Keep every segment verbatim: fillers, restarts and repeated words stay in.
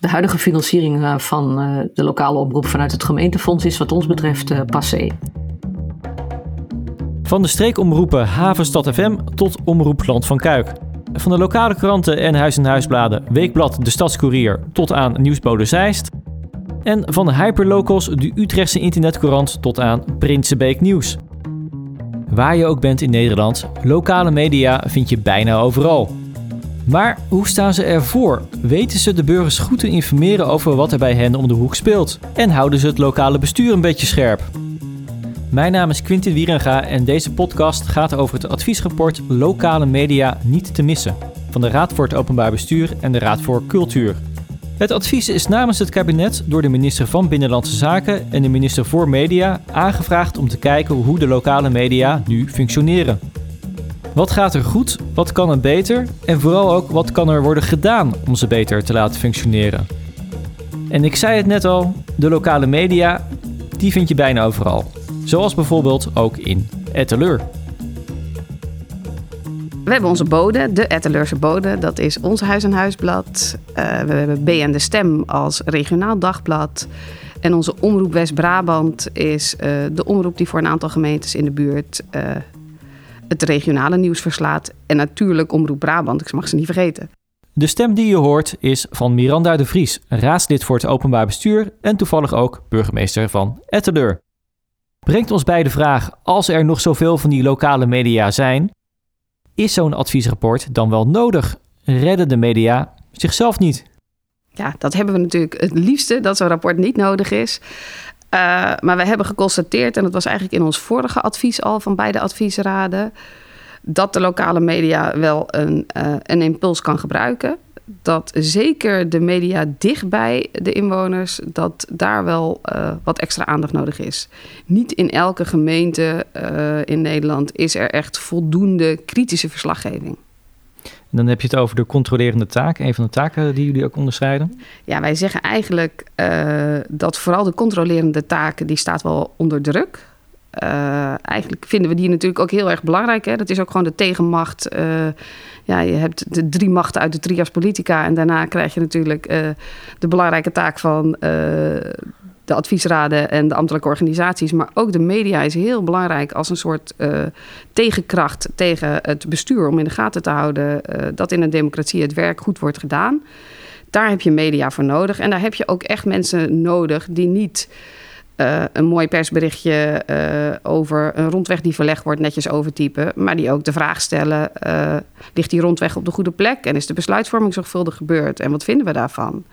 De huidige financiering van de lokale omroep vanuit het gemeentefonds is wat ons betreft passé. Van de streekomroepen Havenstad F M tot Omroep Land van Kuik. Van de lokale kranten en huis- en huisbladen Weekblad De Stadscourier tot aan Nieuwsbode Zeist. En van de hyperlocals de Utrechtse internetcourant tot aan Prinsenbeek Nieuws. Waar je ook bent in Nederland, lokale media vind je bijna overal. Maar hoe staan ze ervoor? Weten ze de burgers goed te informeren over wat er bij hen om de hoek speelt? En houden ze het lokale bestuur een beetje scherp? Mijn naam is Quintin Wierenga en deze podcast gaat over het adviesrapport Lokale Media niet te missen van de Raad voor het Openbaar Bestuur en de Raad voor Cultuur. Het advies is namens het kabinet door de minister van Binnenlandse Zaken en de minister voor Media aangevraagd om te kijken hoe de lokale media nu functioneren. Wat gaat er goed, wat kan er beter en vooral ook wat kan er worden gedaan om ze beter te laten functioneren. En ik zei het net al, de lokale media, die vind je bijna overal. Zoals bijvoorbeeld ook in Etteleur. We hebben onze bode, de Etteleurse Bode. Dat is ons huis- en huisblad. Uh, we hebben B N De Stem als regionaal dagblad. En onze omroep West-Brabant is uh, de omroep die voor een aantal gemeentes in de buurt uh, het regionale nieuws verslaat. En natuurlijk Omroep Brabant, ik mag ze niet vergeten. De stem die je hoort is van Miranda de Vries, raadslid voor het openbaar bestuur en toevallig ook burgemeester van Etteleur. Brengt ons bij de vraag, als er nog zoveel van die lokale media zijn, is zo'n adviesrapport dan wel nodig? Redden de media zichzelf niet? Ja, dat hebben we natuurlijk het liefste, dat zo'n rapport niet nodig is. Uh, maar we hebben geconstateerd, en dat was eigenlijk in ons vorige advies al van beide adviesraden, dat de lokale media wel een, uh, een impuls kan gebruiken. Dat zeker de media dichtbij de inwoners, dat daar wel uh, wat extra aandacht nodig is. Niet in elke gemeente uh, in Nederland is er echt voldoende kritische verslaggeving. En dan heb je het over de controlerende taak, een van de taken die jullie ook onderscheiden. Ja, wij zeggen eigenlijk uh, dat vooral de controlerende taak, die staat wel onder druk. Uh, eigenlijk vinden we die natuurlijk ook heel erg belangrijk. Hè? Dat is ook gewoon de tegenmacht. Uh, ja, je hebt de drie machten uit de trias politica. En daarna krijg je natuurlijk uh, de belangrijke taak van uh, de adviesraden en de ambtelijke organisaties. Maar ook de media is heel belangrijk als een soort uh, tegenkracht tegen het bestuur. Om in de gaten te houden uh, dat in een democratie het werk goed wordt gedaan. Daar heb je media voor nodig. En daar heb je ook echt mensen nodig die niet Uh, een mooi persberichtje uh, over een rondweg die verlegd wordt netjes overtypen, maar die ook de vraag stellen, uh, ligt die rondweg op de goede plek en is de besluitvorming zorgvuldig gebeurd en wat vinden we daarvan?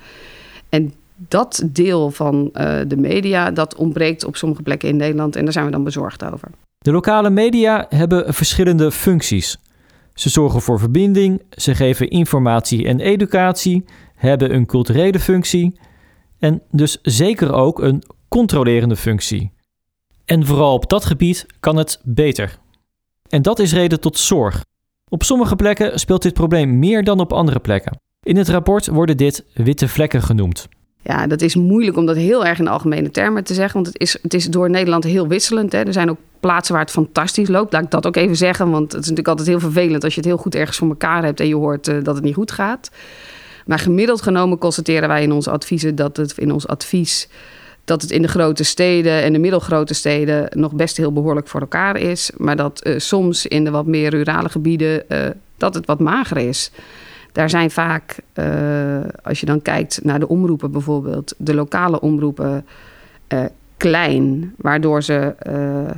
En dat deel van uh, de media, dat ontbreekt op sommige plekken in Nederland en daar zijn we dan bezorgd over. De lokale media hebben verschillende functies. Ze zorgen voor verbinding, ze geven informatie en educatie, hebben een culturele functie en dus zeker ook een controlerende functie. En vooral op dat gebied kan het beter. En dat is reden tot zorg. Op sommige plekken speelt dit probleem meer dan op andere plekken. In het rapport worden dit witte vlekken genoemd. Ja, dat is moeilijk om dat heel erg in algemene termen te zeggen, want het is, het is door Nederland heel wisselend. Hè. Er zijn ook plaatsen waar het fantastisch loopt. Laat ik dat ook even zeggen, want het is natuurlijk altijd heel vervelend als je het heel goed ergens voor elkaar hebt en je hoort uh, dat het niet goed gaat. Maar gemiddeld genomen constateren wij in onze adviezen dat het in ons advies dat het in de grote steden en de middelgrote steden nog best heel behoorlijk voor elkaar is. Maar dat uh, soms in de wat meer rurale gebieden uh, dat het wat mager is. Daar zijn vaak, uh, als je dan kijkt naar de omroepen bijvoorbeeld, de lokale omroepen uh, klein, waardoor ze uh,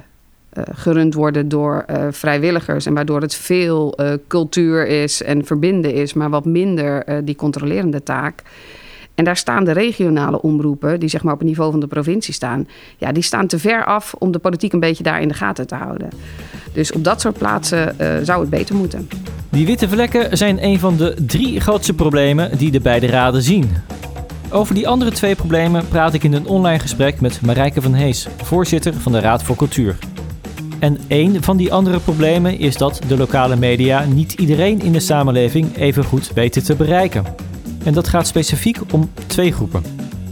uh, gerund worden door uh, vrijwilligers en waardoor het veel uh, cultuur is en verbinden is, maar wat minder uh, die controlerende taak. En daar staan de regionale omroepen, die zeg maar op het niveau van de provincie staan, ja, die staan te ver af om de politiek een beetje daar in de gaten te houden. Dus op dat soort plaatsen uh, zou het beter moeten. Die witte vlekken zijn een van de drie grootste problemen die de beide raden zien. Over die andere twee problemen praat ik in een online gesprek met Marijke van Hees, voorzitter van de Raad voor Cultuur. En één van die andere problemen is dat de lokale media niet iedereen in de samenleving even goed weten te bereiken. En dat gaat specifiek om twee groepen.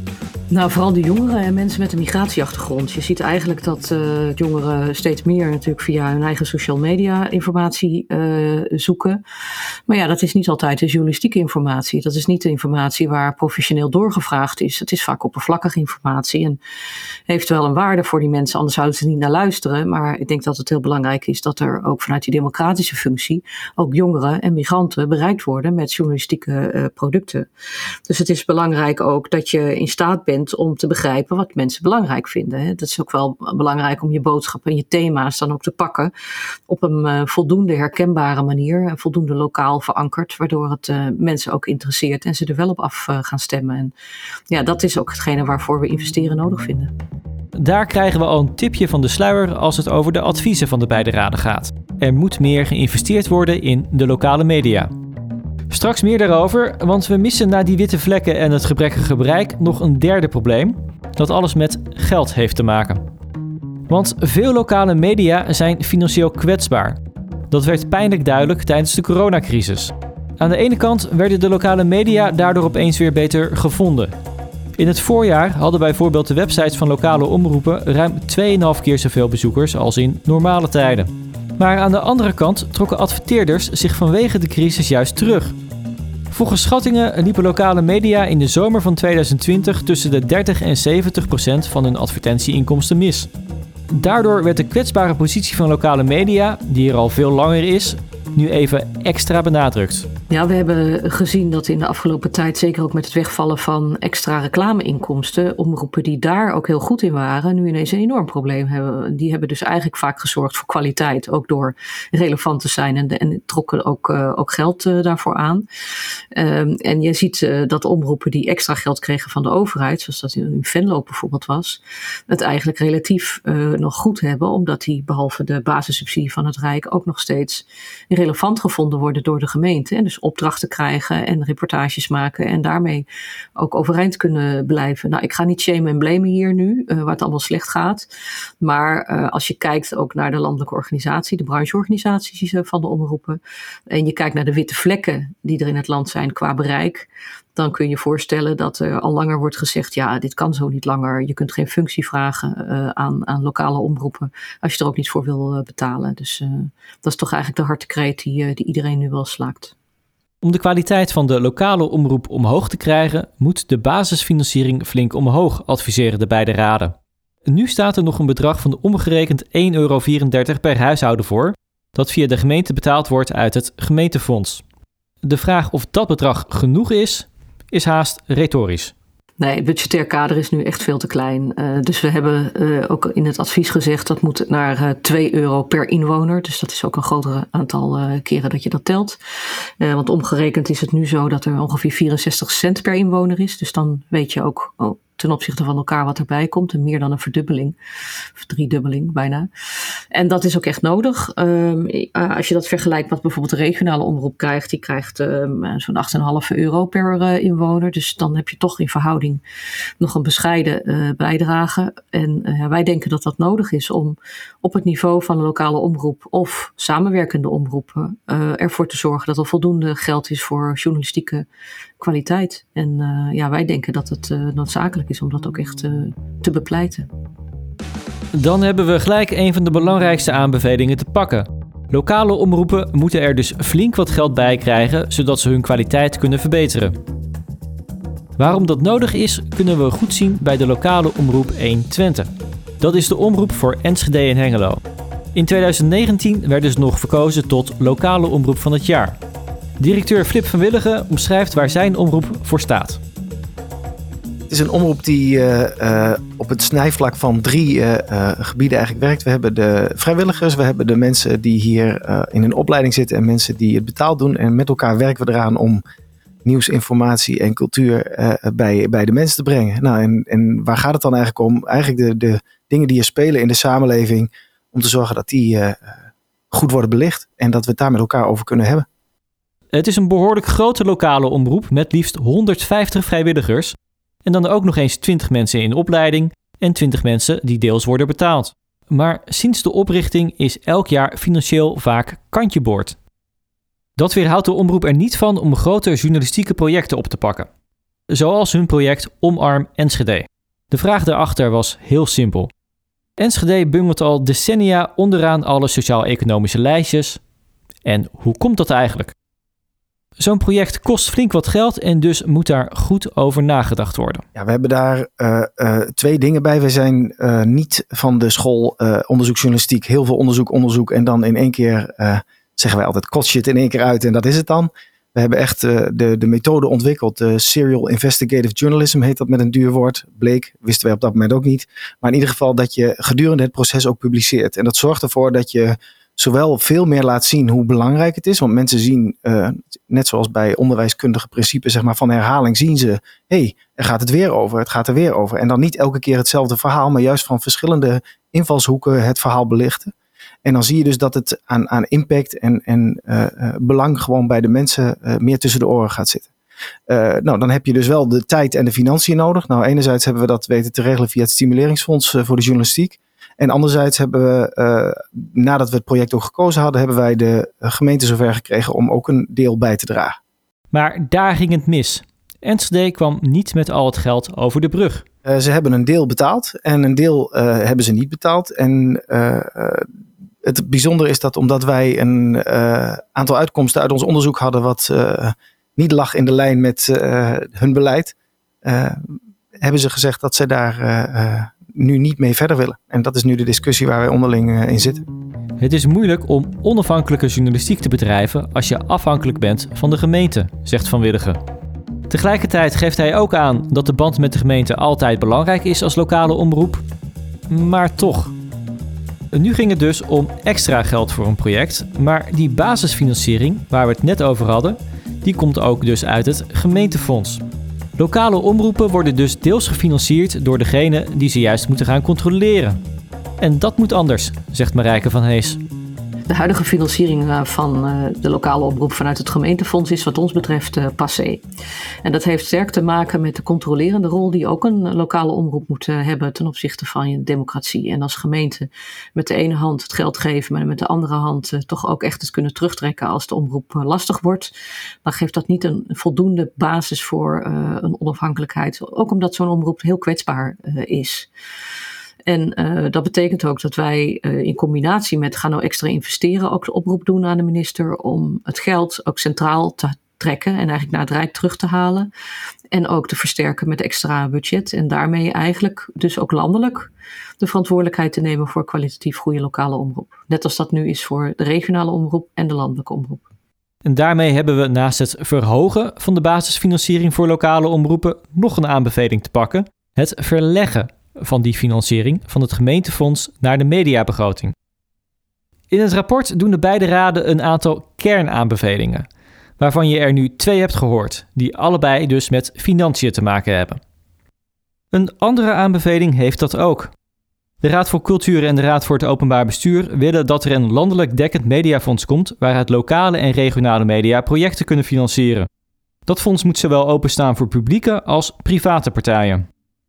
Nou, vooral de jongeren en mensen met een migratieachtergrond. Je ziet eigenlijk dat uh, jongeren steeds meer natuurlijk via hun eigen social media informatie uh, zoeken. Maar ja, dat is niet altijd de journalistieke informatie. Dat is niet de informatie waar professioneel doorgevraagd is. Het is vaak oppervlakkige informatie en heeft wel een waarde voor die mensen. Anders zouden ze niet naar luisteren. Maar ik denk dat het heel belangrijk is dat er ook vanuit die democratische functie ook jongeren en migranten bereikt worden met journalistieke uh, producten. Dus het is belangrijk ook dat je in staat bent om te begrijpen wat mensen belangrijk vinden. Dat is ook wel belangrijk om je boodschap en je thema's dan ook te pakken op een uh, voldoende herkenbare manier en voldoende lokaal verankerd, waardoor het uh, mensen ook interesseert en ze er wel op af uh, gaan stemmen. En ja, dat is ook hetgene waarvoor we investeren nodig vinden. Daar krijgen we al een tipje van de sluier als het over de adviezen van de beide raden gaat. Er moet meer geïnvesteerd worden in de lokale media. Straks meer daarover, want we missen na die witte vlekken en het gebrekkige bereik nog een derde probleem, dat alles met geld heeft te maken. Want veel lokale media zijn financieel kwetsbaar. Dat werd pijnlijk duidelijk tijdens de coronacrisis. Aan de ene kant werden de lokale media daardoor opeens weer beter gevonden. In het voorjaar hadden bijvoorbeeld de websites van lokale omroepen ruim twee komma vijf keer zoveel bezoekers als in normale tijden. Maar aan de andere kant trokken adverteerders zich vanwege de crisis juist terug. Volgens schattingen liepen lokale media in de zomer van tweeduizend twintig tussen de dertig en zeventig procent van hun advertentieinkomsten mis. Daardoor werd de kwetsbare positie van lokale media, die er al veel langer is, nu even extra benadrukt. Ja, we hebben gezien dat in de afgelopen tijd, zeker ook met het wegvallen van extra reclameinkomsten, omroepen die daar ook heel goed in waren, nu ineens een enorm probleem hebben. Die hebben dus eigenlijk vaak gezorgd voor kwaliteit, ook door relevant te zijn en, en trokken ook, uh, ook geld uh, daarvoor aan. Um, en je ziet uh, dat omroepen die extra geld kregen van de overheid, zoals dat in Venlo bijvoorbeeld was, het eigenlijk relatief uh, nog goed hebben, omdat die behalve de basissubsidie van het Rijk ook nog steeds relevant gevonden worden door de gemeente. En dus opdrachten krijgen en reportages maken en daarmee ook overeind kunnen blijven. Nou, ik ga niet shamen en blamen hier nu, uh, waar het allemaal slecht gaat. Maar uh, als je kijkt ook naar de landelijke organisatie, de brancheorganisaties van de omroepen, en je kijkt naar de witte vlekken die er in het land zijn qua bereik, dan kun je je voorstellen dat er al langer wordt gezegd, ja, dit kan zo niet langer. Je kunt geen functie vragen uh, aan, aan lokale omroepen als je er ook niets voor wil uh, betalen. Dus uh, dat is toch eigenlijk de hartekreet die, uh, die iedereen nu wel slaakt. Om de kwaliteit van de lokale omroep omhoog te krijgen, moet de basisfinanciering flink omhoog, adviseren de beide raden. Nu staat er nog een bedrag van omgerekend één euro vierendertig per huishouden voor, dat via de gemeente betaald wordt uit het gemeentefonds. De vraag of dat bedrag genoeg is, is haast retorisch. Nee, het budgetair kader is nu echt veel te klein. Uh, dus we hebben uh, ook in het advies gezegd dat moet naar uh, twee euro per inwoner. Dus dat is ook een groter aantal uh, keren dat je dat telt. Uh, want omgerekend is het nu zo dat er ongeveer vierenzestig cent per inwoner is. Dus dan weet je ook oh, ten opzichte van elkaar wat erbij komt. En meer dan een verdubbeling. Of driedubbeling bijna. En dat is ook echt nodig. Um, uh, als je dat vergelijkt met bijvoorbeeld de regionale omroep krijgt. Die krijgt um, zo'n acht komma vijf euro per uh, inwoner. Dus dan heb je toch in verhouding nog een bescheiden uh, bijdrage. En uh, wij denken dat dat nodig is om op het niveau van een lokale omroep of samenwerkende omroepen uh, ervoor te zorgen dat er voldoende geld is voor journalistieke kwaliteit. En uh, ja, wij denken dat het uh, noodzakelijk is om dat ook echt uh, te bepleiten. Dan hebben we gelijk een van de belangrijkste aanbevelingen te pakken. Lokale omroepen moeten er dus flink wat geld bij krijgen, zodat ze hun kwaliteit kunnen verbeteren. Waarom dat nodig is, kunnen we goed zien bij de lokale omroep één Twente. Dat is de omroep voor Enschede en Hengelo. In tweeduizend negentien werden ze nog verkozen tot lokale omroep van het jaar. Directeur Flip van Willigen omschrijft waar zijn omroep voor staat. Het is een omroep die uh, uh, op het snijvlak van drie uh, uh, gebieden eigenlijk werkt. We hebben de vrijwilligers, we hebben de mensen die hier uh, in een opleiding zitten en mensen die het betaald doen. En met elkaar werken we eraan om nieuws, informatie en cultuur uh, bij, bij de mensen te brengen. Nou, en, en waar gaat het dan eigenlijk om? Eigenlijk de, de dingen die er spelen in de samenleving, om te zorgen dat die uh, goed worden belicht en dat we het daar met elkaar over kunnen hebben. Het is een behoorlijk grote lokale omroep met liefst honderdvijftig vrijwilligers. En dan ook nog eens twintig mensen in opleiding en twintig mensen die deels worden betaald. Maar sinds de oprichting is elk jaar financieel vaak kantje boord. Dat weerhoudt de omroep er niet van om grote journalistieke projecten op te pakken. Zoals hun project Omarm Enschede. De vraag daarachter was heel simpel. Enschede bungelt al decennia onderaan alle sociaal-economische lijstjes. En hoe komt dat eigenlijk? Zo'n project kost flink wat geld en dus moet daar goed over nagedacht worden. Ja, we hebben daar uh, uh, twee dingen bij. We zijn uh, niet van de school uh, onderzoeksjournalistiek, heel veel onderzoek, onderzoek en dan in één keer, uh, zeggen wij altijd, kot shit in één keer uit en dat is het dan. We hebben echt uh, de, de methode ontwikkeld. Uh, Serial Investigative Journalism heet dat met een duur woord. Bleek, wisten wij op dat moment ook niet. Maar in ieder geval dat je gedurende het proces ook publiceert. En dat zorgt ervoor dat je zowel veel meer laat zien hoe belangrijk het is. Want mensen zien, uh, net zoals bij onderwijskundige principes zeg maar, van herhaling, zien ze, hé, hey, er gaat het weer over, het gaat er weer over. En dan niet elke keer hetzelfde verhaal, maar juist van verschillende invalshoeken het verhaal belichten. En dan zie je dus dat het aan, aan impact en, en uh, uh, belang gewoon bij de mensen uh, meer tussen de oren gaat zitten. Uh, nou, dan heb je dus wel de tijd en de financiën nodig. Nou, enerzijds hebben we dat weten te regelen via het Stimuleringsfonds uh, voor de journalistiek. En anderzijds hebben we, uh, nadat we het project ook gekozen hadden, hebben wij de gemeente zover gekregen om ook een deel bij te dragen. Maar daar ging het mis. Enschede kwam niet met al het geld over de brug. Uh, ze hebben een deel betaald en een deel uh, hebben ze niet betaald. En uh, uh, het bijzondere is dat omdat wij een uh, aantal uitkomsten uit ons onderzoek hadden wat uh, niet lag in de lijn met uh, hun beleid, uh, hebben ze gezegd dat ze daar uh, uh, nu niet mee verder willen. En dat is nu de discussie waar wij onderling uh, in zitten. Het is moeilijk om onafhankelijke journalistiek te bedrijven als je afhankelijk bent van de gemeente, zegt Van Willigen. Tegelijkertijd geeft hij ook aan dat de band met de gemeente altijd belangrijk is als lokale omroep. Maar toch. Nu ging het dus om extra geld voor een project, maar die basisfinanciering, waar we het net over hadden, die komt ook dus uit het gemeentefonds. Lokale omroepen worden dus deels gefinancierd door degene die ze juist moeten gaan controleren. En dat moet anders, zegt Marijke van Hees. De huidige financiering van de lokale omroep vanuit het gemeentefonds is wat ons betreft passé. En dat heeft sterk te maken met de controlerende rol die ook een lokale omroep moet hebben ten opzichte van je democratie. En als gemeente met de ene hand het geld geven, maar met de andere hand toch ook echt het kunnen terugtrekken als de omroep lastig wordt, dan geeft dat niet een voldoende basis voor uh, een onafhankelijkheid. Ook omdat zo'n omroep heel kwetsbaar uh, is. En uh, dat betekent ook dat wij uh, in combinatie met gaan nou extra investeren ook de oproep doen aan de minister om het geld ook centraal te trekken en eigenlijk naar het Rijk terug te halen. En ook te versterken met extra budget. En daarmee eigenlijk dus ook landelijk de verantwoordelijkheid te nemen voor kwalitatief goede lokale omroep. Net als dat nu is voor de regionale omroep en de landelijke omroep. En daarmee hebben we naast het verhogen van de basisfinanciering voor lokale omroepen nog een aanbeveling te pakken. Het verleggen van die financiering van het gemeentefonds naar de mediabegroting. In het rapport doen de beide raden een aantal kernaanbevelingen, waarvan je er nu twee hebt gehoord, die allebei dus met financiën te maken hebben. Een andere aanbeveling heeft dat ook. De Raad voor Cultuur en de Raad voor het Openbaar Bestuur willen dat er een landelijk dekkend mediafonds komt waaruit lokale en regionale media projecten kunnen financieren. Dat fonds moet zowel openstaan voor publieke als private partijen.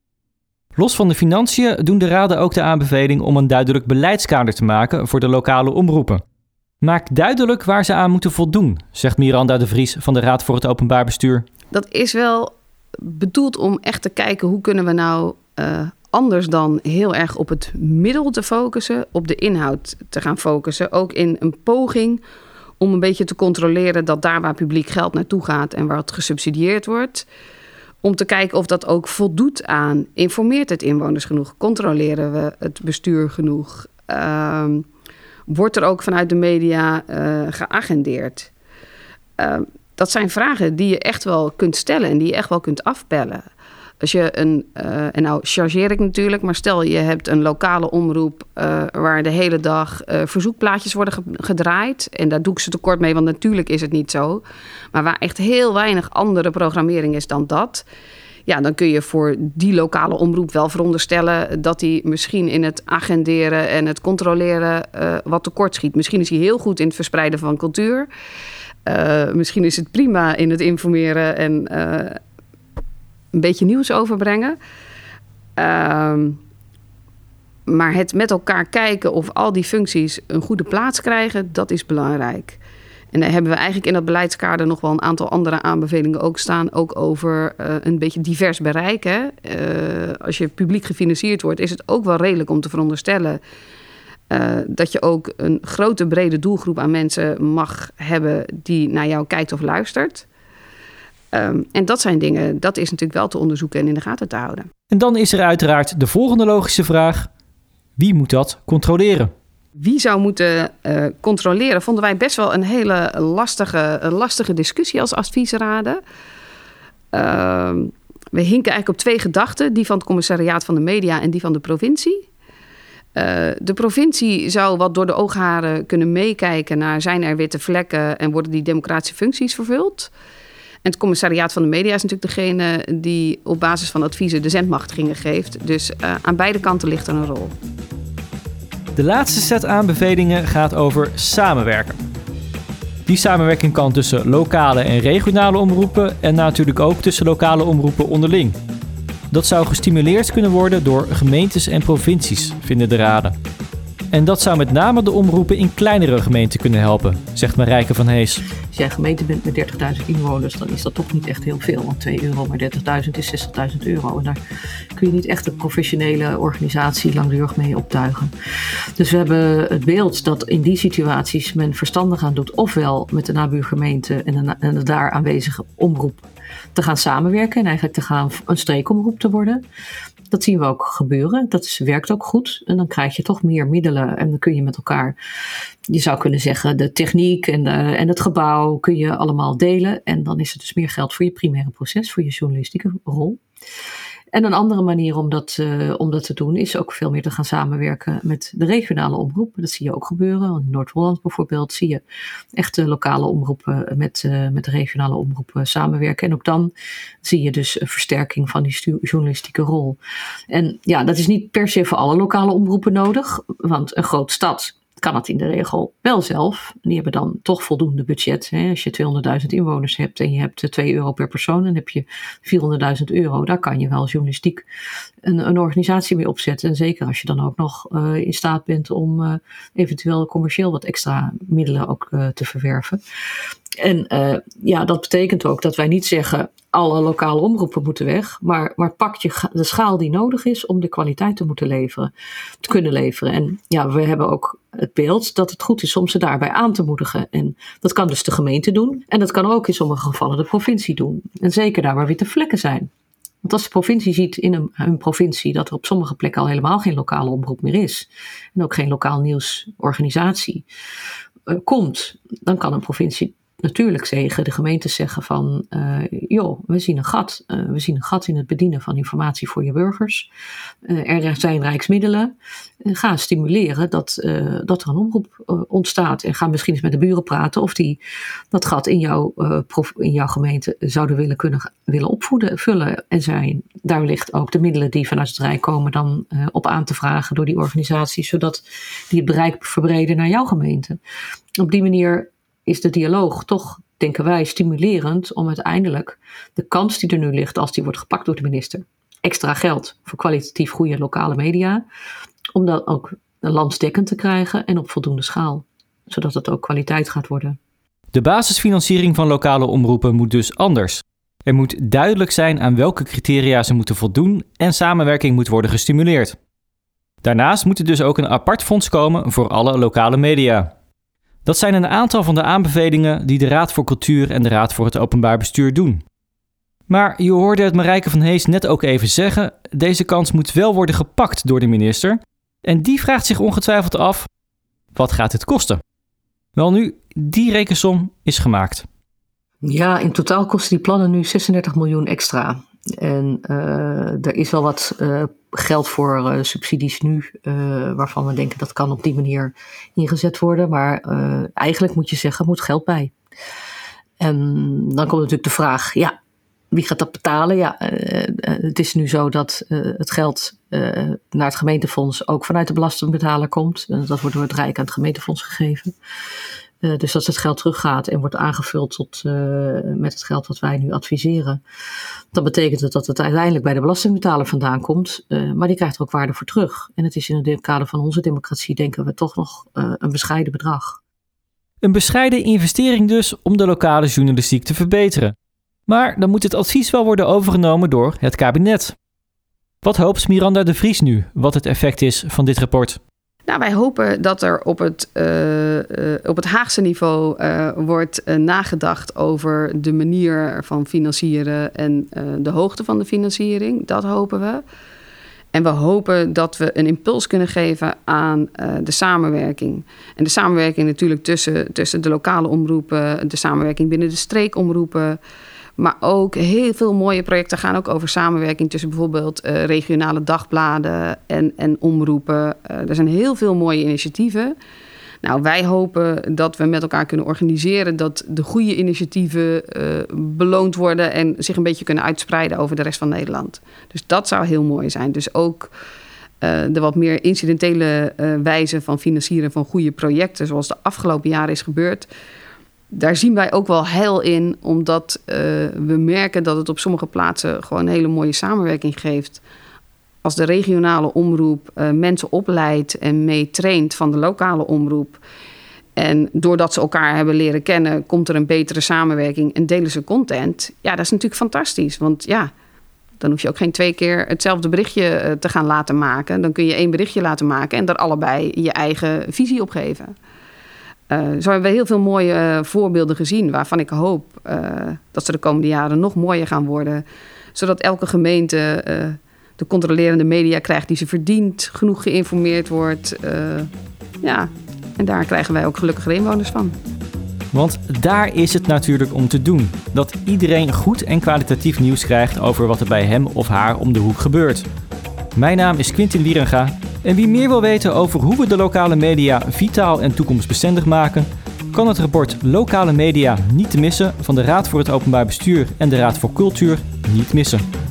Los van de financiën doen de raden ook de aanbeveling om een duidelijk beleidskader te maken voor de lokale omroepen. Maak duidelijk waar ze aan moeten voldoen, zegt Miranda de Vries van de Raad voor het Openbaar Bestuur. Dat is wel bedoeld om echt te kijken hoe kunnen we nou uh, anders dan heel erg op het middel te focussen, op de inhoud te gaan focussen. Ook in een poging om een beetje te controleren dat daar waar publiek geld naartoe gaat en waar het gesubsidieerd wordt, om te kijken of dat ook voldoet aan, informeert het inwoners genoeg? Controleren we het bestuur genoeg? Uh, wordt er ook vanuit de media uh, geagendeerd? Uh, dat zijn vragen die je echt wel kunt stellen en die je echt wel kunt afpellen. Als je een, uh, en nou chargeer ik natuurlijk, maar stel je hebt een lokale omroep uh, waar de hele dag uh, verzoekplaatjes worden ge- gedraaid. En daar doe ik ze tekort mee, want natuurlijk is het niet zo. Maar waar echt heel weinig andere programmering is dan dat. Ja, dan kun je voor die lokale omroep wel veronderstellen dat hij misschien in het agenderen en het controleren uh, wat tekort schiet. Misschien is hij heel goed in het verspreiden van cultuur. Uh, misschien is het prima in het informeren en Uh, een beetje nieuws overbrengen. Uh, maar het met elkaar kijken of al die functies een goede plaats krijgen, dat is belangrijk. En daar hebben we eigenlijk in dat beleidskader nog wel een aantal andere aanbevelingen ook staan. Ook over uh, een beetje divers bereik. Hè? Uh, als je publiek gefinancierd wordt, is het ook wel redelijk om te veronderstellen Uh, dat je ook een grote brede doelgroep aan mensen mag hebben die naar jou kijkt of luistert. Um, en dat zijn dingen, dat is natuurlijk wel te onderzoeken en in de gaten te houden. En dan is er uiteraard de volgende logische vraag. Wie moet dat controleren? Wie zou moeten uh, controleren, vonden wij best wel een hele lastige, een lastige discussie als adviesraden. Uh, we hinken eigenlijk op twee gedachten. Die van het commissariaat van de media en die van de provincie. Uh, de provincie zou wat door de oogharen kunnen meekijken naar zijn er witte vlekken en worden die democratische functies vervuld. En het commissariaat van de media is natuurlijk degene die op basis van adviezen de zendmachtigingen geeft. Dus uh, aan beide kanten ligt er een rol. De laatste set aanbevelingen gaat over samenwerken. Die samenwerking kan tussen lokale en regionale omroepen en natuurlijk ook tussen lokale omroepen onderling. Dat zou gestimuleerd kunnen worden door gemeentes en provincies, vinden de raden. En dat zou met name de omroepen in kleinere gemeenten kunnen helpen, zegt Marijke van Hees. Als jij een gemeente bent met dertigduizend inwoners, dan is dat toch niet echt heel veel. Want twee euro maar dertigduizend is zestigduizend euro. En daar kun je niet echt een professionele organisatie langdurig mee optuigen. Dus we hebben het beeld dat in die situaties men verstandig aan doet, ofwel met de nabuurgemeente en de, en de daar aanwezige omroep te gaan samenwerken en eigenlijk te gaan een streekomroep te worden. Dat zien we ook gebeuren. Dat is, werkt ook goed. En dan krijg je toch meer middelen. En dan kun je met elkaar, je zou kunnen zeggen, de techniek en, de, en het gebouw kun je allemaal delen. En dan is er dus meer geld voor je primaire proces, voor je journalistieke rol. En een andere manier om dat, uh, om dat te doen is ook veel meer te gaan samenwerken met de regionale omroep. Dat zie je ook gebeuren. In Noord-Holland bijvoorbeeld zie je echt de lokale omroepen met, uh, met de regionale omroepen samenwerken. En ook dan zie je dus een versterking van die stu- journalistieke rol. En ja, dat is niet per se voor alle lokale omroepen nodig, want een grote stad kan het in de regel wel zelf. Die hebben dan toch voldoende budget. Hè? Als je tweehonderdduizend inwoners hebt en je hebt twee euro per persoon, dan heb je vierhonderdduizend euro. Daar kan je wel journalistiek een, een organisatie mee opzetten. En zeker als je dan ook nog uh, in staat bent om uh, eventueel commercieel wat extra middelen ook uh, te verwerven. En uh, ja, dat betekent ook dat wij niet zeggen alle lokale omroepen moeten weg, maar, maar pak je de schaal die nodig is om de kwaliteit te moeten leveren, te kunnen leveren. En ja, we hebben ook het beeld dat het goed is om ze daarbij aan te moedigen. En dat kan dus de gemeente doen en dat kan ook in sommige gevallen de provincie doen. En zeker daar waar witte vlekken zijn. Want als de provincie ziet in een, een provincie dat er op sommige plekken al helemaal geen lokale omroep meer is en ook geen lokaal nieuwsorganisatie uh, komt, dan kan een provincie natuurlijk tegen de gemeentes zeggen van, uh, joh, we zien een gat. Uh, we zien een gat in het bedienen van informatie voor je burgers. Uh, er zijn rijksmiddelen. Uh, ga stimuleren dat, uh, dat er een omroep uh, ontstaat. En ga misschien eens met de buren praten of die dat gat in, jou, uh, prof, in jouw gemeente zouden willen kunnen willen opvoeden, vullen. En zijn daar wellicht ook de middelen die vanuit het Rijk komen dan uh, op aan te vragen door die organisaties, zodat die het bereik verbreden naar jouw gemeente. Op die manier is de dialoog toch, denken wij, stimulerend om uiteindelijk de kans die er nu ligt als die wordt gepakt door de minister, extra geld voor kwalitatief goede lokale media, om dat ook landsdekkend te krijgen en op voldoende schaal, zodat het ook kwaliteit gaat worden. De basisfinanciering van lokale omroepen moet dus anders. Er moet duidelijk zijn aan welke criteria ze moeten voldoen en samenwerking moet worden gestimuleerd. Daarnaast moet er dus ook een apart fonds komen voor alle lokale media. Dat zijn een aantal van de aanbevelingen die de Raad voor Cultuur en de Raad voor het Openbaar Bestuur doen. Maar je hoorde het Marijke van Hees net ook even zeggen, deze kans moet wel worden gepakt door de minister. En die vraagt zich ongetwijfeld af, wat gaat het kosten? Welnu, die rekensom is gemaakt. Ja, in totaal kosten die plannen nu zesendertig miljoen extra. En uh, er is wel wat uh, geld voor uh, subsidies nu, uh, waarvan we denken dat kan op die manier ingezet worden. Maar uh, eigenlijk moet je zeggen, moet geld bij. En dan komt natuurlijk de vraag, ja, wie gaat dat betalen? Ja, uh, uh, het is nu zo dat uh, het geld uh, naar het gemeentefonds ook vanuit de belastingbetaler komt. Uh, dat wordt door het Rijk aan het gemeentefonds gegeven. Uh, dus dat het geld teruggaat en wordt aangevuld tot, uh, met het geld wat wij nu adviseren. Dan betekent het dat het uiteindelijk bij de belastingbetaler vandaan komt. Uh, maar die krijgt er ook waarde voor terug. En het is in het kader van onze democratie, denken we, toch nog uh, een bescheiden bedrag. Een bescheiden investering dus om de lokale journalistiek te verbeteren. Maar dan moet het advies wel worden overgenomen door het kabinet. Wat hoopt Miranda de Vries nu wat het effect is van dit rapport? Nou, wij hopen dat er op het, uh, uh, op het Haagse niveau uh, wordt uh, nagedacht over de manier van financieren en uh, de hoogte van de financiering. Dat hopen we. En we hopen dat we een impuls kunnen geven aan uh, de samenwerking. En de samenwerking natuurlijk tussen, tussen de lokale omroepen, de samenwerking binnen de streekomroepen. Maar ook heel veel mooie projecten gaan ook over samenwerking tussen bijvoorbeeld uh, regionale dagbladen en, en omroepen. Uh, er zijn heel veel mooie initiatieven. Nou, wij hopen dat we met elkaar kunnen organiseren dat de goede initiatieven uh, beloond worden en zich een beetje kunnen uitspreiden over de rest van Nederland. Dus dat zou heel mooi zijn. Dus ook uh, de wat meer incidentele uh, wijze van financieren van goede projecten, zoals de afgelopen jaren is gebeurd. Daar zien wij ook wel heil in, omdat uh, we merken dat het op sommige plaatsen gewoon een hele mooie samenwerking geeft. Als de regionale omroep uh, mensen opleidt en mee traint van de lokale omroep. En doordat ze elkaar hebben leren kennen, komt er een betere samenwerking en delen ze content. Ja, dat is natuurlijk fantastisch. Want ja, dan hoef je ook geen twee keer hetzelfde berichtje uh, te gaan laten maken. Dan kun je één berichtje laten maken en daar allebei je eigen visie op geven. Uh, zo hebben we heel veel mooie uh, voorbeelden gezien, waarvan ik hoop uh, dat ze de komende jaren nog mooier gaan worden. Zodat elke gemeente uh, de controlerende media krijgt die ze verdient, genoeg geïnformeerd wordt. Uh, ja, en daar krijgen wij ook gelukkige inwoners van. Want daar is het natuurlijk om te doen. Dat iedereen goed en kwalitatief nieuws krijgt over wat er bij hem of haar om de hoek gebeurt. Mijn naam is Quintin Wierenga. En wie meer wil weten over hoe we de lokale media vitaal en toekomstbestendig maken, kan het rapport Lokale Media niet te missen van de Raad voor het Openbaar Bestuur en de Raad voor Cultuur niet missen.